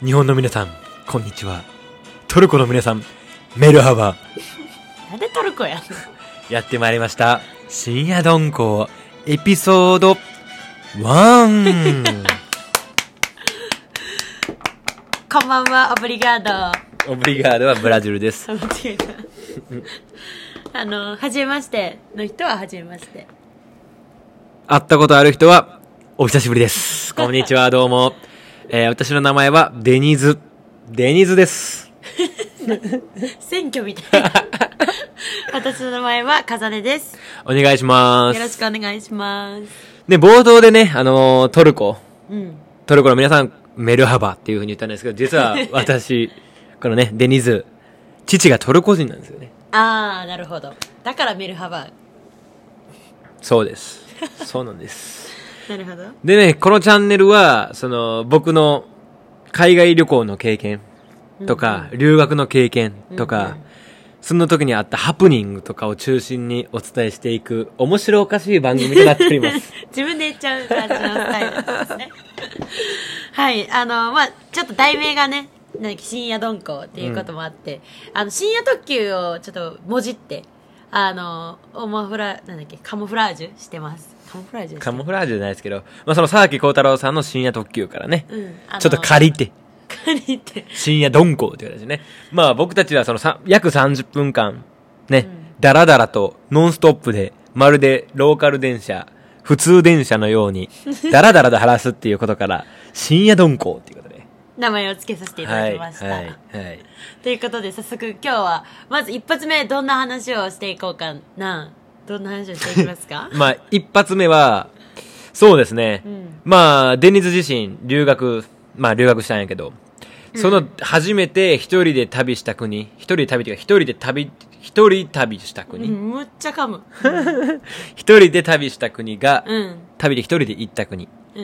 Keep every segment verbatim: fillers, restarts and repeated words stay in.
日本の皆さん、こんにちは。トルコの皆さん、メルハバ。 なんでトルコやんやってまいりました。深夜鈍行エピソードワン。 こんばんは、オブリガード。 オブリガードはブラジルです。 間違えた。あの、はじめましての人ははじめまして。 会ったことある人はお久しぶりです。こんにちは、どうも。えー、私の名前はデニズ。デニズです。 選挙みたいな。私の名前はカザネです。 お願いします。 よろしくお願いします。 で、冒頭でね、あのー、トルコ、 うん、 トルコの皆さん、メルハバっていう風に言ったんですけど、実は私、このね、デニズ、父がトルコ人なんですよね。 あー、なるほど。だからメルハバ。そうです。そうなんです。 なるほど。 でね、このチャンネルは、その、僕の海外旅行の経験とか、うんうん、留学の経験とか、うんうん、その時にあったハプニングとかを中心にお伝えしていく、面白おかしい番組となっております。 自分で言っちゃう感じのスタイルですね。はい、あの、まあちょっと題名がね、なんか深夜鈍行っていうこともあって、うん、あの、深夜特急をちょっともじって、あの、オモフラ、なんだっけ、カモフラージュしてます。カモフラージュカモフラージュじゃないですけど、まあ、その沢木幸太郎さんの深夜特急からね、うん、ちょっと借りて、 借りて、 深夜鈍行っていう形でね。まあ僕たちはそのさ約さんじゅっぷんかん、ね、うん、だらだらとノンストップで、まるでローカル電車、普通電車のように、だらだらと話すっていうことから、深夜鈍行っていうことで。 名前を付けさせていただきました。はい。はいはい、ということで、早速今日は、まず一発目、どんな話をしていこうかな。どんな話をしていきますか？ まあ、一発目は、そうですね。うん、まあ、デニズ自身、留学、まあ、留学したんやけど、その、初めて一人で旅した国、一人で旅っていうか、一人で旅、一人旅した国。 うん、むっちゃ噛む。 一人で旅した国が、 うん、 旅で一人で行った国。 うん、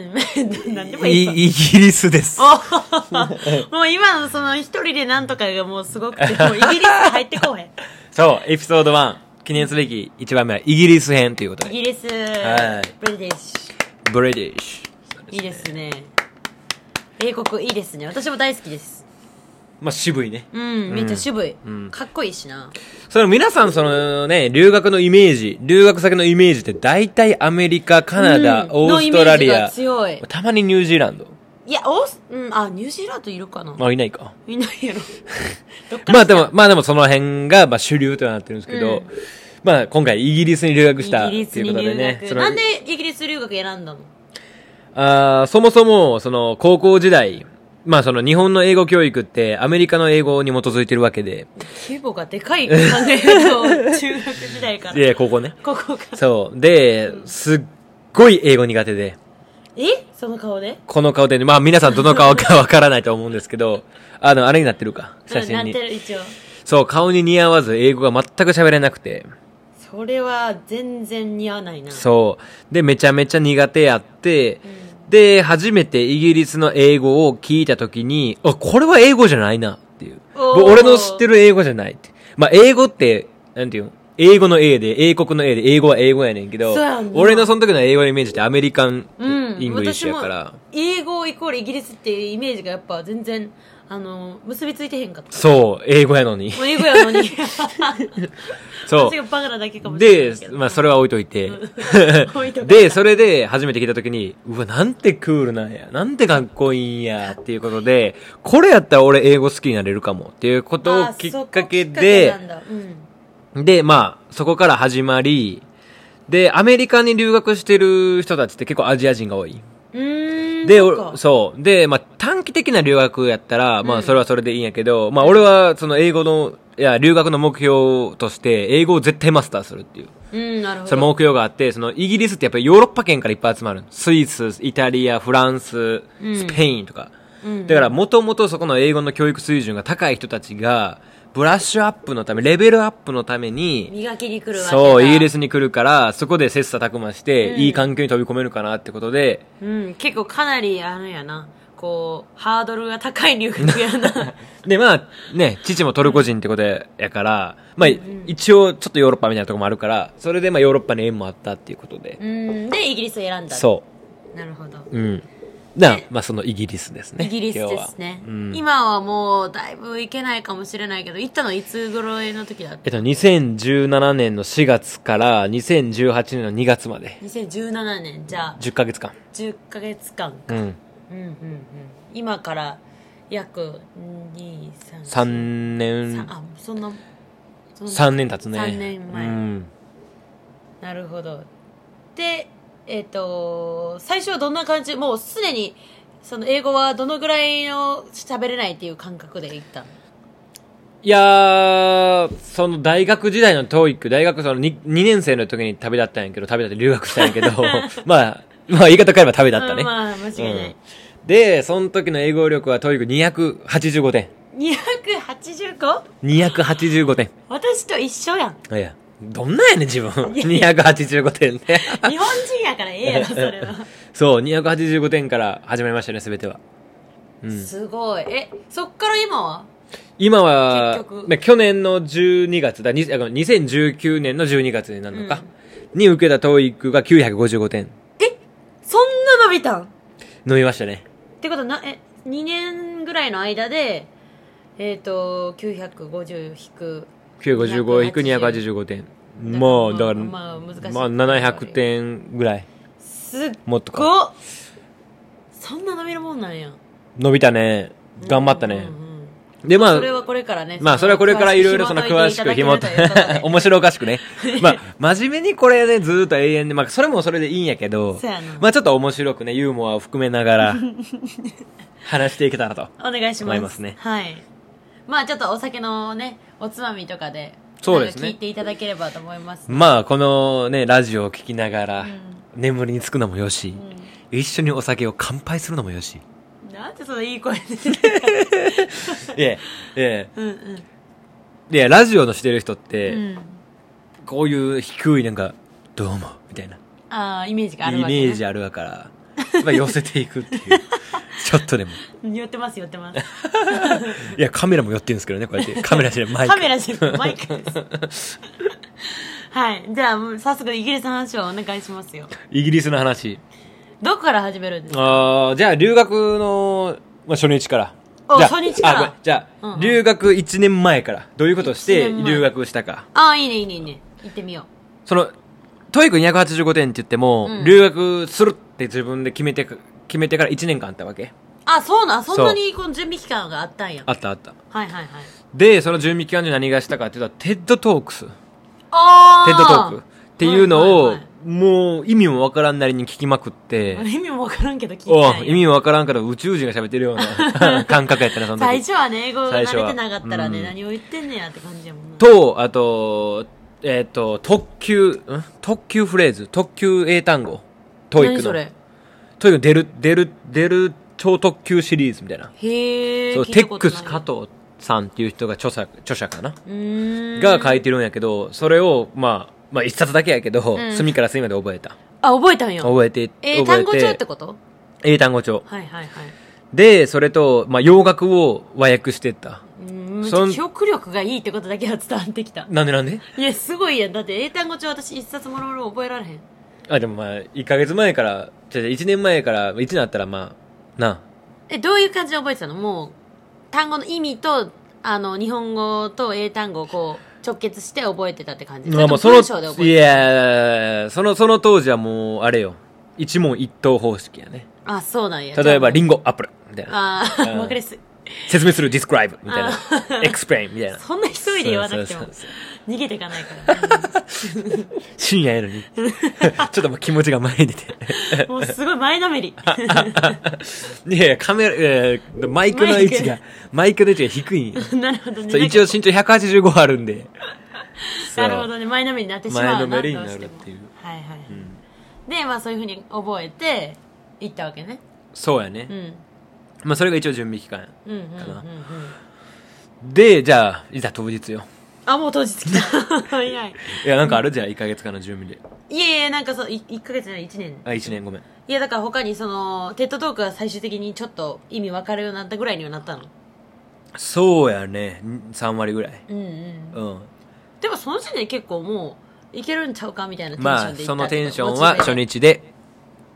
なんでもいいイギリスです。 もう今のその一人でなんとかがもうすごくて、もうイギリス入ってこうへん。 そう、エピソードワン。記念すべき一番目はイギリス編ということで。 イギリス。はい。ブリティッシュ。ブリティッシュ。いいですね。英国いいですね。私も大好きです。 まあ渋いね。 うん、めっちゃ渋い。うん、かっこいいしな。 その皆さんそのね、留学のイメージ、留学先のイメージって大体アメリカ、カナダ、うん、オーストラリア。 強い。 たまにニュージーランド。 いや、オース、うん、あ、ニュージーランドいるかな。 あ、いないか。 いないやろ。 どっかまあでも、まあでもその辺が、まあ主流となってるんですけど、うん、まあ今回イギリスに留学したっていうことでね。 なんでイギリス留学選んだの？ あそもそも、その高校時代、まあその日本の英語教育ってアメリカの英語に基づいてるわけで。 規模がでかい考えると、中学時代から。 いや、高校ね。 高校か。 そう。で、すっごい英語苦手で。 えその顔でこの顔で、ね、まあ皆さんどの顔かわからないと思うんですけど、あの、あれになってるか、写真に。 なってる、一応。 そう、顔に似合わず英語が全く喋れなくて。 それは全然似合わないな。 そう。で、めちゃめちゃ苦手やって、うん、で、初めてイギリスの英語を聞いたときに、あ、これは英語じゃないなっていう。俺の知ってる英語じゃないって。まあ英語って、なんていうの英語の A で、英国の A で、英語は英語やねんけど、俺のその時の英語のイメージってアメリカン、イングリッシュやから。 英語イコールイギリスっていうイメージがやっぱ全然、あの、結びついてへんかった。 そう、英語やのに。 もう英語やのに。 そう。 私がバカなだけかもしれないけど。 で、まあそれは置いといて。で、それで初めて聞いた時に、うわ、なんてクールなんや。なんてかっこいいんや。っていうことで、これやったら俺英語好きになれるかも。っていうことをきっかけで、で、まあ、そこから始まり、で、アメリカに留学してる人たちって結構アジア人が多い。 うーん。 で、そう。で、まあ、短期的な留学やったら、まあ、それはそれでいいんやけど、うん、まあ、俺は、その英語の、いや、留学の目標として、英語を絶対マスターするっていう。 うん、なるほど。 その目標があって、その、イギリスってやっぱりヨーロッパ圏からいっぱい集まる。スイス、イタリア、フランス、スペインとか。うん、だから、もともとそこの英語の教育水準が高い人たちが、ブラッシュアップのため、レベルアップのために、 磨きに来るわけだ。 そう、イギリスに来るから、そこで切磋琢磨して、うん、いい環境に飛び込めるかなってことで。 うん、結構かなり、あのやな、こう、ハードルが高い留学やな。 で、まあ、ね、父もトルコ人ってことやから、まあ、うん、一応、ちょっとヨーロッパみたいなところもあるから、それでまあ、ヨーロッパに縁もあったっていうことで。 うん、で、イギリスを選んだ。 そう。 なるほど。 うん。 な、まあそのイギリスですね。 イギリスですね。 うん、 今はもうだいぶ行けないかもしれないけど、行ったのいつ頃の時だった？ えっと、にせんじゅうななねんのしがつからにせんじゅうはちねんのにがつまで。 にせんじゅうななねん、じゃあ。 じゅっかげつかん。 じゅっかげつかんか。うん。うんうんうん。今から約に、さん、 さんねん。 あ、そんな、 そんなさんねん経つね。 さんねんまえ。うん、なるほど。で、えっ、ー、と、最初はどんな感じ？もうすでに、その英語はどのぐらいの喋れないっていう感覚で行ったの？ いやー、その大学時代の トーイック、大学その 2, 2年生の時に旅立ったんやけど、旅立って留学したんやけど、まあ、まあ言い方変えれば旅立ったね。 まあ、間違いない。うん、 で、その時の英語力は トーイックにひゃくはちじゅうごてん。 にひゃくはちじゅうご？ にひゃくはちじゅうごてん。 私と一緒やん。 いや。どんなんやねん自分。にひゃくはちじゅうごてんで。 日本人やからええやろ、それは。 そう、にひゃくはちじゅうごてんから始まりましたね、すべては。 うん。すごい。え、そっから今は今は、去年のじゅうにがつだ、にせんじゅうきゅうねんのじゅうにがつになるのか、うん、に受けた トーイック がきゅうひゃくごじゅうごてん。 え、そんな伸びたん？ 伸びましたね。 ってことはな、え、にねんぐらいの間で、えっ、ー、と、きゅうひゃくごじゅう引く、 きゅうひゃくごじゅうご引くにひゃくはちじゅうごてん。まあ、だから、まあ、難しい。まあ、ななひゃくてんぐらい。 すっもっとか。 そんな伸びるもんなんや。 伸びたね。頑張ったね。うんうんうん、で、まあ、 それはこれからね。 まあ、それはこれからいろいろその詳しく紐解いて、面白おかしくね。まあ、真面目にこれね、ずーっと永遠で、まあ、それもそれでいいんやけど、まあ、ちょっと面白くね、ユーモアを含めながら、話していけたらと。 お願いします。 思いますね。 はい。まあ、ちょっとお酒のね、おつまみとかで、 そうですね。 聞いていただければと思います、 ね。まあ、このね、ラジオを聞きながら、うん、眠りにつくのもよし、うん、一緒にお酒を乾杯するのもよし。 なんでそのいい声でいや、いや、うんうん、いや、ラジオのしてる人って、うん、こういう低いなんか、どうも、みたいな。 ああ、イメージがあるわけ、 ね、イメージあるから、まあ寄せていくっていう。ちょっとでも。 寄ってます、寄ってます。 いや、カメラも寄ってるんですけどね、こうやって。カメラじゃない、マイク。 カメラじゃない、マイクです。はい。じゃあ、早速イギリスの話をお願いしますよ。 イギリスの話。 どこから始めるんですか？ ああ、じゃあ、留学の、まあ、初日から。 お、初日から。 じゃあ、うんうん、留学いちねんまえから、どういうことをして留学したか。 ああ、いいね、いいね、いいね。行ってみよう。 その、トーイックにひゃくはちじゅうごてんって言っても、うん、留学するって自分で決めて、決めてからいちねんかんあったわけ。 あ、そうな、そんなにこの準備期間があったんや。 あったあった。 はいはいはい。 で、その準備期間で何がしたかっていうと、テッドトークス。 あテッドトークっていうのを、はいはいはい、もう意味もわからんなりに聞きまくって。 意味もわからんけど聞いたんや。 意味もわからんけど宇宙人が喋ってるような感覚やったね、その時。 最初はね、英語慣れてなかったらね、うん、何を言ってんねやって感じやもんな。 と、あと、えっ、ー、と、特急、ん特急フレーズ、特急英単語。トーイックの。 何それ？ トーイック出る、出る、出る超特急シリーズみたいな。 へー。 そう、テックス加藤さんっていう人が著者、著者かなが書いてるんやけど、それを、まあ、まあ一冊だけやけど、うん、隅から隅まで覚えた。 あ、覚えたんや。 覚えて、 えー、単語帳ってこと？ 英単語帳。 はいはいはい。 で、それと、まあ洋楽を和訳してった。 うん、記憶力がいいってことだけは伝わってきた。 なんでなんで？ いや、すごいやん。だって英単語帳私一冊もろもろ覚えられへん。 あ、でもまあ、いっかげつまえから、じゃいちねんまえから、いつになったらまあ、なあ。 え、どういう感じで覚えてたの？もう、単語の意味と、あの、日本語と英単語をこう、直結して覚えてたって感じ？ まあもうその、いやその、その当時はもう、あれよ。一問一答方式やね。 あ、そうなんや。 例えば、リンゴ、アップル、みたいな。 ああ、わかりやすい。 説明する、describe、みたいな。explain、みたいな。 そんな急いで言わなくても、逃げていかないから。 深夜やのに。ちょっともう気持ちが前に出て。 もうすごい前のめり。 いやいや、カメラ、えー、マイクの位置が、マイクの位置が低いんや。 なるほどね。 そう、一応身長ひゃくはちじゅうごあるんで。 なるほどね。前のめりになってしまうな。 前のめりになるっていう。 はいはいはい。うん、で、まあそういうふうに覚えて、行ったわけね。 そうやね。うん。まあそれが一応準備期間かな。 うんうんうんうん、 で、じゃあ、いざ当日よ。 あ、もう当日来た。早い。 いや、なんかあるじゃん、いっかげつかんの準備で。 いやいや、なんかそう、いっかげつじゃない、いちねん。 あ、いちねんごめん。 いや、だから他にその、テッドトークが最終的にちょっと意味分かるようになったぐらいにはなったの？ そうやね。さんわりぐらい。 うんうん。うん。でもその時点で結構もう、いけるんちゃうかみたいなテンションでいった。 まあ、そのテンションは初日で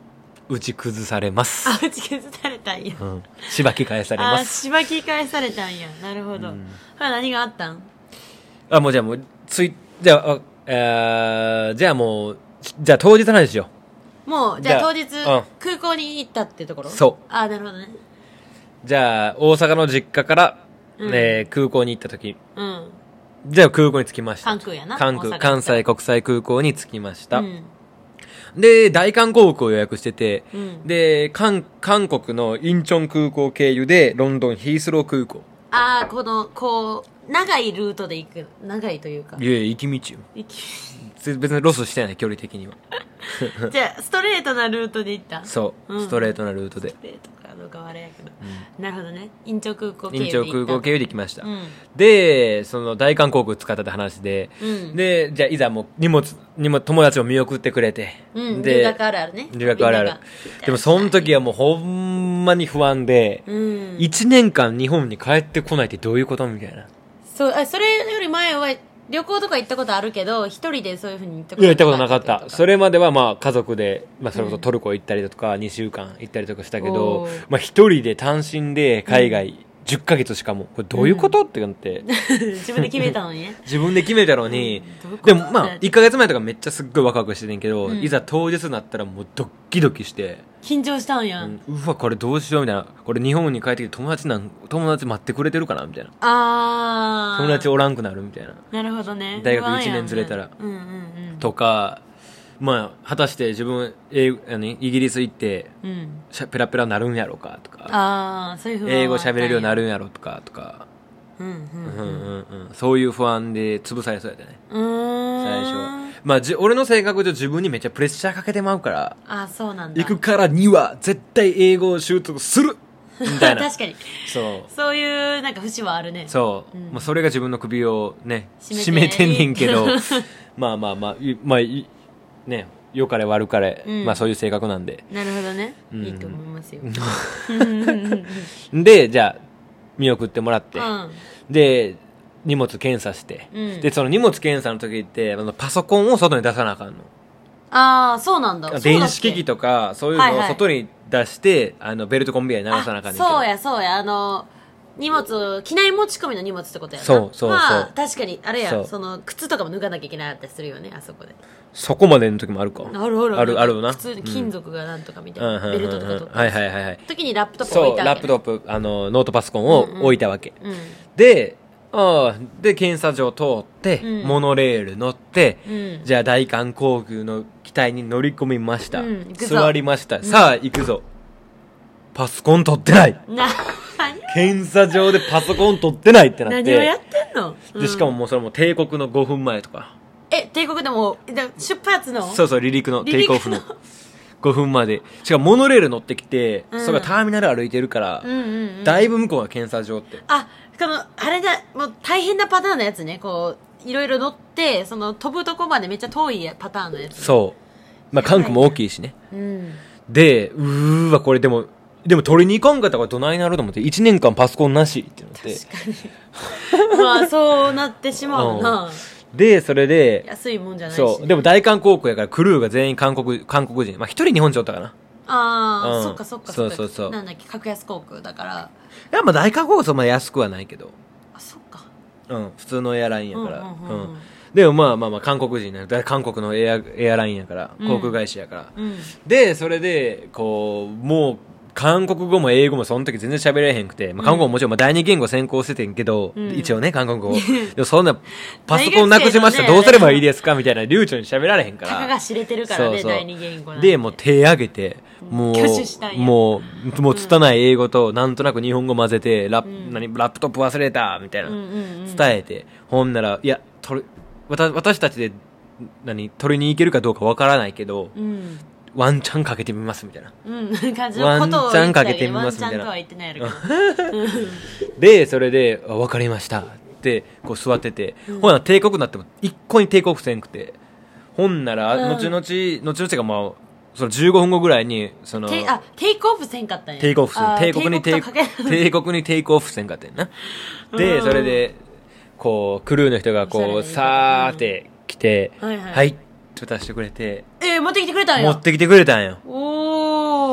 打ち崩されます。 あ、打ち崩されたんや。 うん。しばき返されます。 あ、しばき返されたんや。なるほど。うん、何があったん？ あ、もうじゃあもう、つい、じゃあ、あじゃあもう、じゃあ当日の話しよう。もう、じゃあ当日、うん、空港に行ったってところ？ そう。 あ、なるほどね。 じゃあ、大阪の実家から、うん、えー、空港に行った時。 うん。 じゃあ空港に着きました。 関空やな。 関空、関西国際空港に着きました。うん、で、大韓航空を予約してて、うん、で、韓、韓国のインチョン空港経由で、ロンドンヒースロー空港。 ああ、この、こう、長いルートで行く。長いというか。 いやいや、行き道よ。 行き道。別にロスしてない、距離的には。 じゃあ、ストレートなルートで行った？ そう、うん、ストレートなルートで。 ストレートかどうかはあれやけど。うん、なるほどね。インチョン空港経由でインチョン空港経由で行きました。うん、で、その大韓航空使ったって話で、うん、で、じゃあいざもう荷物、荷物、友達も見送ってくれて。 うん、で、留学あるあるね。 留学あるある。でもその時はもうほんまに不安で、うん、いちねんかん日本に帰ってこないってどういうことみたいな。 そう、あ、それより前は、旅行とか行ったことあるけど、一人でそういうふうに行ったことなかった。いや、行ったことなかった。それまではまあ家族で、まあそれこそトルコ行ったりとか、にしゅうかん行ったりとかしたけど、まあ一人で単身で海外じゅっかげつしかも、これどういうこと、うん、ってなって。 自分で決めたのにね。 自分で決めたのに、うん、でもまあいっかげつまえとかめっちゃすっごいワクワクしてんけど、うん、いざ当日になったらもうドッキドキして。 緊張したんや、 うん、うわこれどうしようみたいな、これ日本に帰ってきて友達なん友達待ってくれてるかなみたいな、 あ友達おらんくなるみたいな。 なるほどね。 大学いちねんずれたら、 うんうんうん、 とか、まあ果たして自分英イギリス行って、うん、ペラペラなるんやろうかとか、 あそういう不安英語喋れるようになるんやろうとかとか、うんうんうんうん、そういう不安で潰されそうやったね、 うーん最初は。まあ、じ俺の性格上自分にめっちゃプレッシャーかけてまうから、 あそうなんだ、 行くからには絶対英語を習得するみたいな確かにそうそういうなんか節はあるね。 そう、うん、まあ、それが自分の首をね締めてんねんけどまあまあまあまあね良かれ悪かれ、うん、まあそういう性格なんで。 なるほどね、うん、いいと思いますよでじゃあ見送ってもらって、 うん、 で荷物検査して、うん、でその荷物検査の時ってあのパソコンを外に出さなあかんの。 ああそうなんだ。 電子機器とかそういうのを外に出して、はいはい、あのベルトコンベヤーに流さなあかんねんけど。 そうやそうや、あの荷物機内持ち込みの荷物ってことやな。 そうそうそう、 まあ確かにあれや、その靴とかも脱がなきゃいけなかったりするよね、あそこで。 そこまでの時もあるか。 あるあるあるあるな。 普通に金属がなんとかみたいな、うん、ベルトとか取って、 はいはいはいはい、 時にラップトップを置いたわけ、ね、 そうラップトップあのノートパソコンを置いたわけ、 うんうん、 であで検査場通って、うん、モノレール乗って、うん、じゃあ大韓航空の機体に乗り込みました、うん、座りました、うん、さあ行くぞ。パソコン取ってないな検査場でパソコン取ってないってなって。 何をやってんの、 うん、でしかももうそれも帝国のごふんまえとか。 え帝国でも出発のそうそう離陸のテイクオフのごふんまで。しかもモノレール乗ってきて、うん、それがターミナル歩いてるから、うんうんうん、だいぶ向こうが検査場って。 あこのあれだもう大変なパターンのやつね。こういろいろ乗ってその飛ぶとこまでめっちゃ遠いパターンのやつ、ね、 そうまあ韓国も大きいしね、 うん、 でうーわこれでもでも取りに行かんかったからどないなると思っていちねんかんパソコンなしってなって。 確かにまあそうなってしまうな、 うん、でそれで安いもんじゃないし、 ね、そうでも大韓航空やからクルーが全員韓国韓国人、まあ一人日本人おったかな。 ああ、 うん、 そっかそっかそうそうそう。 なんだっけ格安航空だから。 いやまあ大韓航空そんな安くはないけど。 あそっか。 うん普通のエアラインやから。うん、 うんうんうん、 でもまあまあまあ韓国人ね韓国のエアエアラインやから航空会社やから、 うんうん、 でそれでこうもう韓国語も英語もその時全然喋れへんくて、まあ、韓国語ももちろんまあ第二言語専攻しててんけど、うん、一応ね韓国語でもそんなパソコンなくしました、ね、どうすればいいですかみたいな流暢に喋られへんから。 たかが知れてるからね。そうそう第二言語なんででもう手挙げてもうもうもう拙い英語となんとなく日本語混ぜてラップ、うん、何ラップトップ忘れたみたいな、うんうんうん、伝えてほんならいやとり私たちで何取りに行けるかどうかわからないけど、 うんワンチャンかけてみますみたいな、 うん、感じのことを言ってたけどワンチャンかけてみますみたいな。ワンチャンとは言ってないやろけどでそれで分かりましたってこう座ってて、うん、ほな帝国になっても一個に帝国せんくてほんなら、うん、後々後々がまあそのじゅうごふんごぐらいにそのテあテイクオフせんかったんや。 テイクオフせん帝国にテイク帝国にテイクオフせんかったんやなで、うん、それでこうクルーの人がこうさーって来て、 はいはい、 はいって渡してくれて、 えー、持ってきてくれたんや。 持ってきてくれたんよ。 お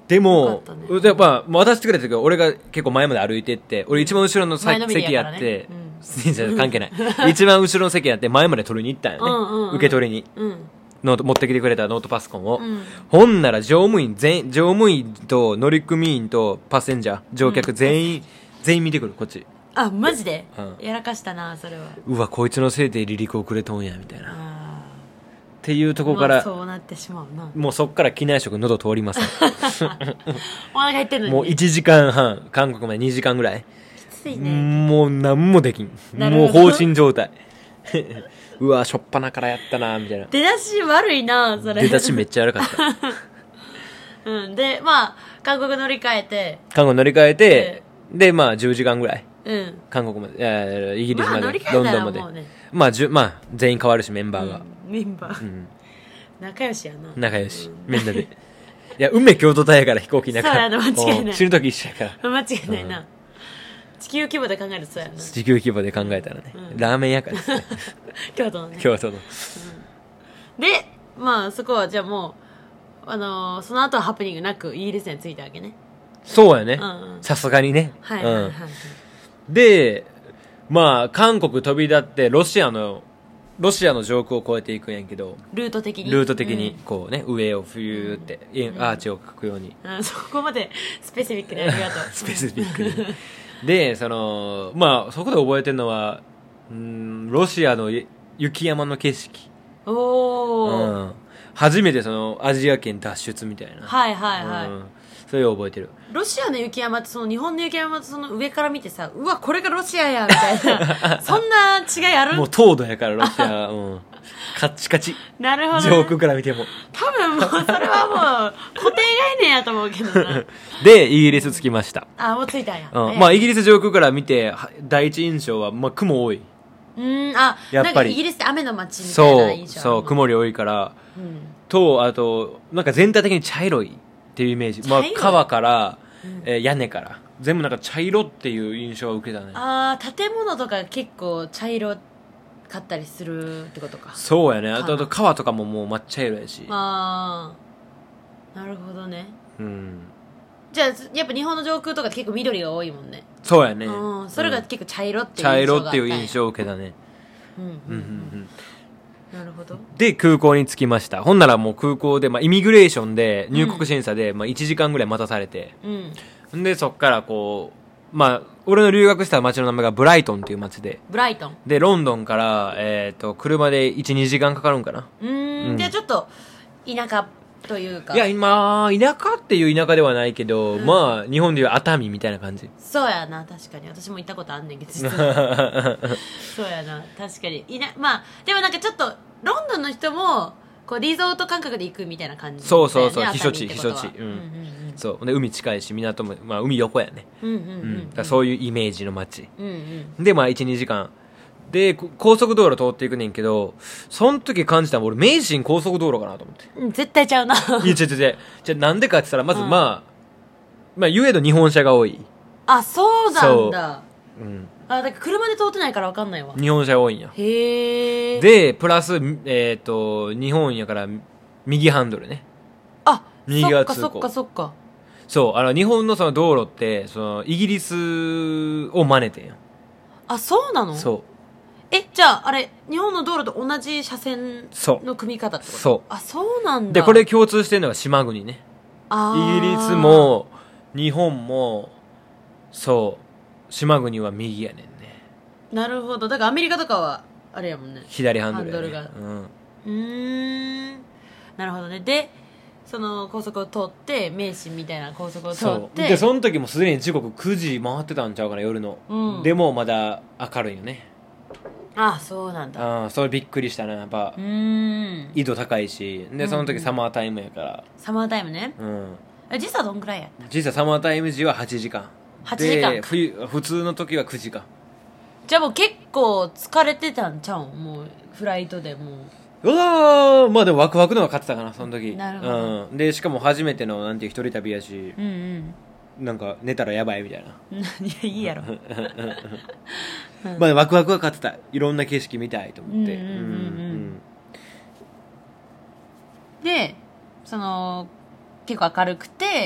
でも、 よかったねやっぱ渡してくれたけど俺が結構前まで歩いてって俺一番後ろのさ前のめり席やっやからねて、じゃあ関係ない一番後ろの席やって前まで取りに行ったんよね、 うんうんうん受け取りにうんノート持ってきてくれたノートパソコンを、 うんほんなら乗務員全乗務員と乗組員とパッセンジャー乗客全員、全員見てくるこっち。 あマジで、 うんやらかしたなそれは。 うわこいつのせいで離陸遅れとんやみたいなっあていうとこーまあから、 そうなってしまうな。 もうそっから機内食喉通りませんお腹減ってるのにもういちじかんはん韓国までにじかんぐらいきついね。 もう何もできんなるほどもう放心状態うわしょっぱなからやったなみたいな。 出だし悪いなそれ。 出だしめっちゃ悪かったうんでまあ韓国乗り換えて韓国乗り換えて、でまあじゅうじかんぐらいうん韓国まで、えーイギリスまあまで、 乗り換えたロンドンまで、 らもうね、 まあじゅまあ全員変わるしメンバーが、 うんメンバー、 うん仲良しやな。 仲良し、みんなでいや運命共同体やから飛行機の中そうやな間違いないうん死ぬ時一緒やから間違いないな、地球規模で考えるとそうやな。 地球規模で考えたらね、 うんラーメン屋からですね京都のね。 京都のでまあそこはじゃあもうあのーその後はハプニングなくイギリスに着いたわけね。 そうやねうんうんさすがにね、 はいはいはい、はいうん、でまあ韓国飛び立ってロシアのロシアの上空を越えていくんやけどルート的にルート的にこうね、上を冬って、 うんアーチを描くように、 うんあそこまでスペシフィックにありがとうスペシフィックにでそのまあそこで覚えてるのはうんロシアの雪山の景色、 おお、 うん、初めてそのアジア圏脱出みたいな、 はいはいはい、 うん、それを覚えてる。 ロシアの雪山ってその日本の雪山とその上から見てさうわこれがロシアやみたいなそんな違いある？ もう凍土やからロシア、うん、カッチカチなるほど、ね、 上空から見ても多分もうそれはもう固定概念やと思うけどなでイギリス着きました、 あもう着いたんや、 うん、 早いまあイギリス上空から見ては第一印象は、まあ、雲多い。 うんあやっぱりなんかイギリスって雨の街みたいそうな印象そう曇り多いからうんとあとなんか全体的に茶色いっていうイメージ、まあ茶、色い川から、 うんえー屋根から全部なんか茶色っていう印象を受けたね。 ああ建物とか結構茶色かったりするってことか。 そうやね。あとかなあと川とかももう抹茶色やし、 ああなるほどね。 うん、 じゃあやっぱ日本の上空とか結構緑が多いもんね。 そうやね、 うんそれが結構茶色っていう茶印象色っていうがあったんや印象を受けたね。 うんうんうんうんうんなるほど。 で空港に着きました。ほんならもう空港で、まあ、イミグレーションで入国審査で、まあ、いちじかんぐらい待たされて、 うんでそっからこうまあ俺の留学した町の名前がブライトンっていう町で、 ブライトンでロンドンから、えー、と車でいちにじかんかかるんかな。 うーん、 うんじゃあちょっと田舎というかいや今田舎っていう田舎ではないけど、 うんまあ日本でいう熱海みたいな感じそうやな確かに私も行ったことあんねんけど実はそうやな確かにいなまあでもなんかちょっとロンドンの人もこうリゾート感覚で行くみたいな感じだよね、 そうそうそう熱海ってことは避暑地避暑地うんうんうんそうで海近いし港も、まあ、海横やね、 うんうんううんんだからそういうイメージの街うんうんでまあいちにじかんでこ高速道路通っていくねんけどその時感じたのは俺名神高速道路かなと思ってうん絶対ちゃうないや違う違う違うじゃあなんでかって言ったらまずうんまあ、まあゆえど日本車が多い、 あそうなんだうん、 あだから車で通ってないから分かんないわ日本車多いんやへえでプラスえっ、と日本やから右ハンドルねあ右そっかそっ側通行かそっかそうあの日本のその道路ってそのイギリスを真似てんやあそうなのそうえじゃああれ日本の道路と同じ車線そうの組み方ってことそうあそうなんだでこれ共通してるのが島国ねあーイギリスも日本もそう島国は右やねんねなるほどだからアメリカとかはあれやもんね左ハンドルやねハンドうんうーんなるほどねでその高速を通って名神みたいな高速を通ってそうでその時もすでに時刻くじ回ってたんちゃうかな夜の、 うんでもまだ明るいよねあそうなんだああそれびっくりしたなやっぱうーん緯度高いしでその時サマータイムやからサマータイムねうんえ時差どんくらいやった実はサマータイム時ははちじかんはちじかんで冬普通の時はくじかんじゃあもう結構疲れてたんちゃうんもうフライトでもううわーまあでもワクワクのは勝ってたかなその時なるほどうん、でしかも初めてのなんていう一人旅やしうんうんなんか寝たらやばいみたいな、 いやいいやろまあワクワクは勝ってたいろんな景色見たいと思ってうんうんうんうんでその結構明るくて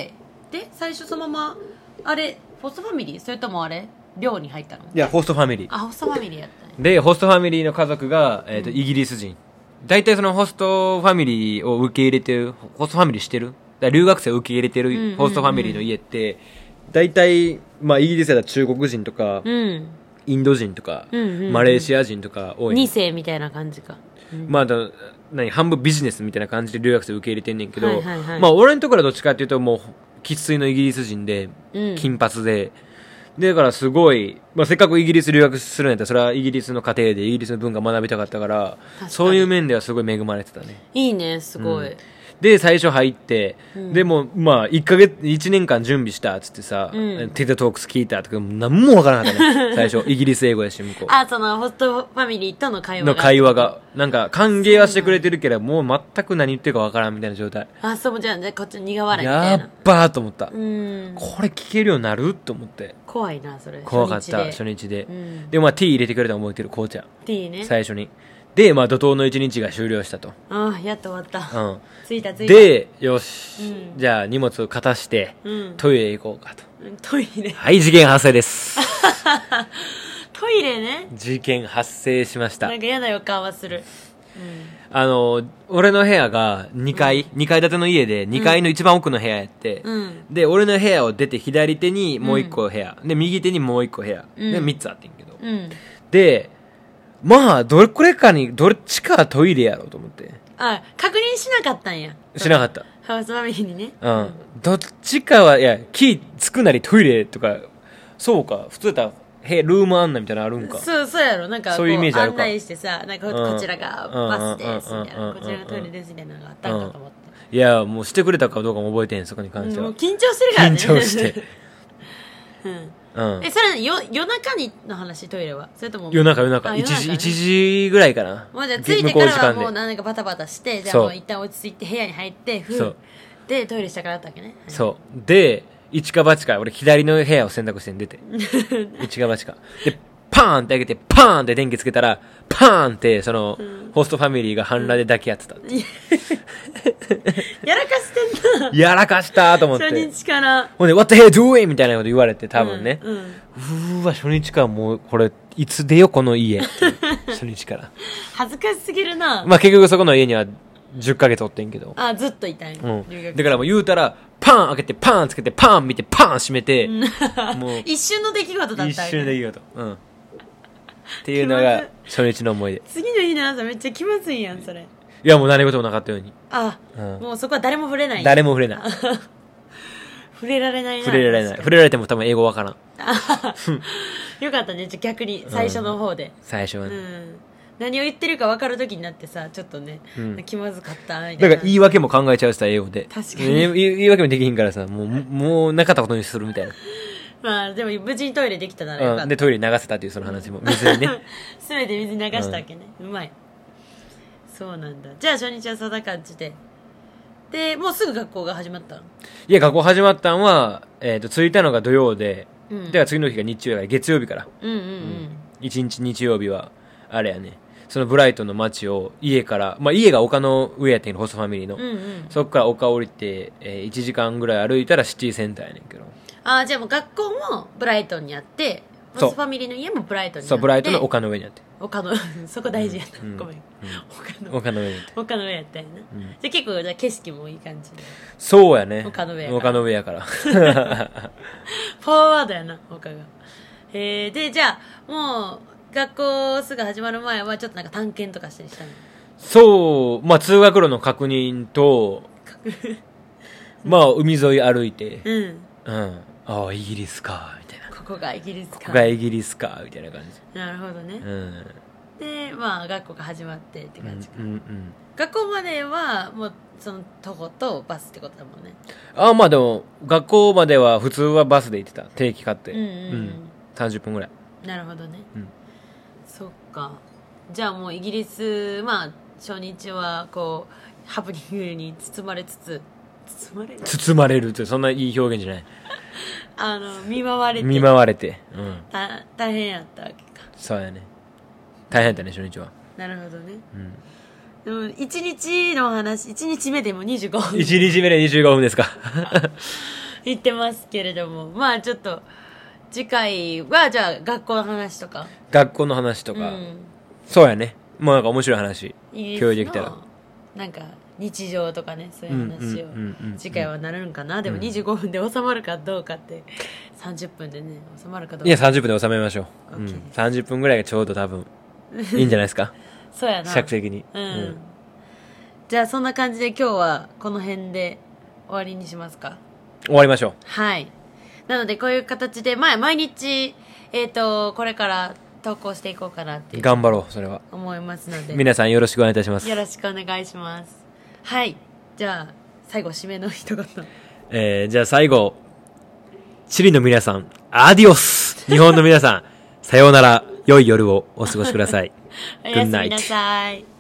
で最初そのままあれホストファミリーそれともあれ寮に入ったの？ いやホストファミリー。 あホストファミリーやったね。 でホストファミリーの家族が、えーとうん、イギリス人。大体そのホストファミリーを受け入れてるホストファミリーしてるだ留学生を受け入れてるホストファミリーの家って大体、まあ、イギリスだったら中国人とか、うん、インド人とか、うんうんうん、マレーシア人とか多い。 に世みたいな感じか、 うん、まあだ何半分ビジネスみたいな感じで留学生受け入れてんねんけど、はいはいはい、まあ俺のところはどっちかっていうともう生粋のイギリス人で、うん、金髪ででだからすごい、まあ、せっかくイギリス留学するんやったらそれはイギリスの家庭でイギリスの文化学びたかったからそういう面ではすごい恵まれてたね。 いいねすごい、うん、 で最初入って、うん、でもまあいっかげついちねんかん準備したっつってさ、うん、テッドトークス聞いたとか何もわからなかったね最初イギリス英語やし向こうあそのホストファミリーとの会話がの会話がなんか歓迎はしてくれてるけどもう全く何言ってるかわからんみたいな状態。 あそうじゃあねこっち苦笑いみたいなやっばーと思った。うんこれ聞けるようになると思って怖いなそれ怖かった初日で、うん、でもまあティー入れてくれたの覚えてる紅茶ティーね最初にで、まあ、怒涛の一日が終了したと。 ああ、やっと終わった。うん。着いた着いた。 で、よし。うん、じゃあ、荷物を片して、うん、トイレ行こうかと。 トイレはい、事件発生です。 トイレね。 事件発生しました。 なんか嫌な予感はする。 うん、あの、俺の部屋がにかい、うん、にかい建ての家で、にかいの一番奥の部屋やって、うん、で、俺の部屋を出て左手にもう一個部屋、うん、で、右手にもう一個部屋、うん、で、みっつあってんけど。うん、で、まあ、どれこれかに、どっちかはトイレやろうと思って。 あ、確認しなかったんや。 しなかった。 ハウスファミリーにね。 うん。どっちかは、いや、キーつくなりトイレとか、そうか、普通だったら、へ、ルーム案内みたいなのあるんか。 そう、そうやろ。なんか、 そういうイメージあるか。 案内してさ、なんかこ、こちらがバスです、みたいな。こちらがトイレです、みたいなのがあったんかと思って。 いや、もうしてくれたかどうかも覚えてへん、そこに関しては。もう緊張してるからね。 緊張して。 うん。うん、えそれよ夜中にの話トイレはそれとも夜中夜中いちじ、ね、いちじぐらいかな。 もうじゃあ着いてからはもう何かバタバタしてじゃあもう一旦落ち着いて部屋に入ってふうでトイレしたからだったわけね、はい、 そうで一か八か俺左の部屋を選択して出て一か八かでパーンって開けてパーンって電気つけたらパーンってその、うん、ホストファミリーが半裸で抱き合ってたって、うん、 やらかしてんなやらかしたと思って初日からほんで What the hell doing みたいなこと言われて多分ね、うんうん、うーわ初日からもうこれいつ出よこの家初日から恥ずかしすぎるな。 まあ結局そこの家にはじゅっかげつおってんけどあずっといたんや、 うん、だからもう言うたらパーン開けてパーンつけてパーン見てパーン閉めてもう一瞬の出来事だった一瞬の出来事うんっていうのが初日の思い出。 次の日の朝めっちゃ気まずいやんそれ。 いやもう何事もなかったように。 あ、うん、もうそこは誰も触れない。 誰も触れない触れられないな。 触れられない触れられても多分英語わからんよかったね逆に最初の方で、うん、 最初はね、うん、 何を言ってるか分かる時になってさちょっとね、うん、気まずかったみたいな。 だから言い訳も考えちゃうしさ英語で確かに言い訳もできひんからさもうもうなかったことにするみたいなまあでも無事にトイレできたならよかった、うん、 でトイレ流せたっていうその話も水にね全て水に流したわけね、うん、うまい。そうなんだ。じゃあ初日はそんな感じででもうすぐ学校が始まったの？ いや学校始まったんは、えー、と着いたのが土曜で、うん、では次の日が日曜日月曜日からうんうんうん、うん、一日日曜日はあれやねそのブライトンの街を家から、まあ、家が丘の上やったんけどホストファミリーの、うんうん、そこから丘降りて、えー、いちじかんぐらい歩いたらシティセンターやねんけどあじゃあもう学校もブライトンにあってホストファミリーの家もブライトンにあってそうブライトンの丘の上にあって丘のそこ大事やな、うん、ごめん、うん、 丘の丘の上やった丘の上やったやな、うん、じゃあ結構じゃあ景色もいい感じでそうやね丘の上やから丘の上やからパワーワードやな丘がへえでじゃあもう学校すぐ始まる前はちょっとなんか探検とかしたりしたの？ そうまあ通学路の確認とまあ海沿い歩いてうんうんああイギリスかみたいなここがイギリスかここがイギリスかみたいな感じなるほどね、うん、でまあ学校が始まってって感じか、うんうんうん、学校まではもうその徒歩とバスってことだもんね。 ああまあでも学校までは普通はバスで行ってた定期買って、うんうんうん、さんじゅっぷんぐらい。 なるほどね、うん、そっかじゃあもうイギリスまあ初日はこうハプニングに包まれつつ包まれる包まれるってそんないい表現じゃないあの見舞われて見舞われて、うん、 た大変やったわけか。 そうやね大変やったね初日は。 なるほどね、うん、でもいちにちの話いちにちめでもにじゅうごふんいちにちめでにじゅうごふんですか言ってますけれども、まあちょっと次回はじゃあ学校の話とか、 学校の話とか、 うん、 そうやね。もうなんか面白い話共有できたら、 なんか日常とかね、そういう話を次回はなるんかな、うん、でもにじゅうごふんで収まるかどうかってさんじゅっぷんでね収まるかどうか。 いやさんじゅっぷんで収めましょう、うん、さんじゅっぷんぐらいがちょうど多分いいんじゃないですかそうやな、 尺的に、 うんうん、じゃあそんな感じで今日はこの辺で終わりにしますか。 終わりましょう。 はい。なのでこういう形で、まあ、毎日えっ、ー、とこれから投稿していこうかなっていう頑張ろう、それは思いますので、 皆さんよろしくお願いいたします。 よろしくお願いします。はい。じゃあ最後締めの一言。 えー、じゃあ最後、チリの皆さんアディオス、日本の皆さんさようなら、良い夜をお過ごしください。 おやすみなさい。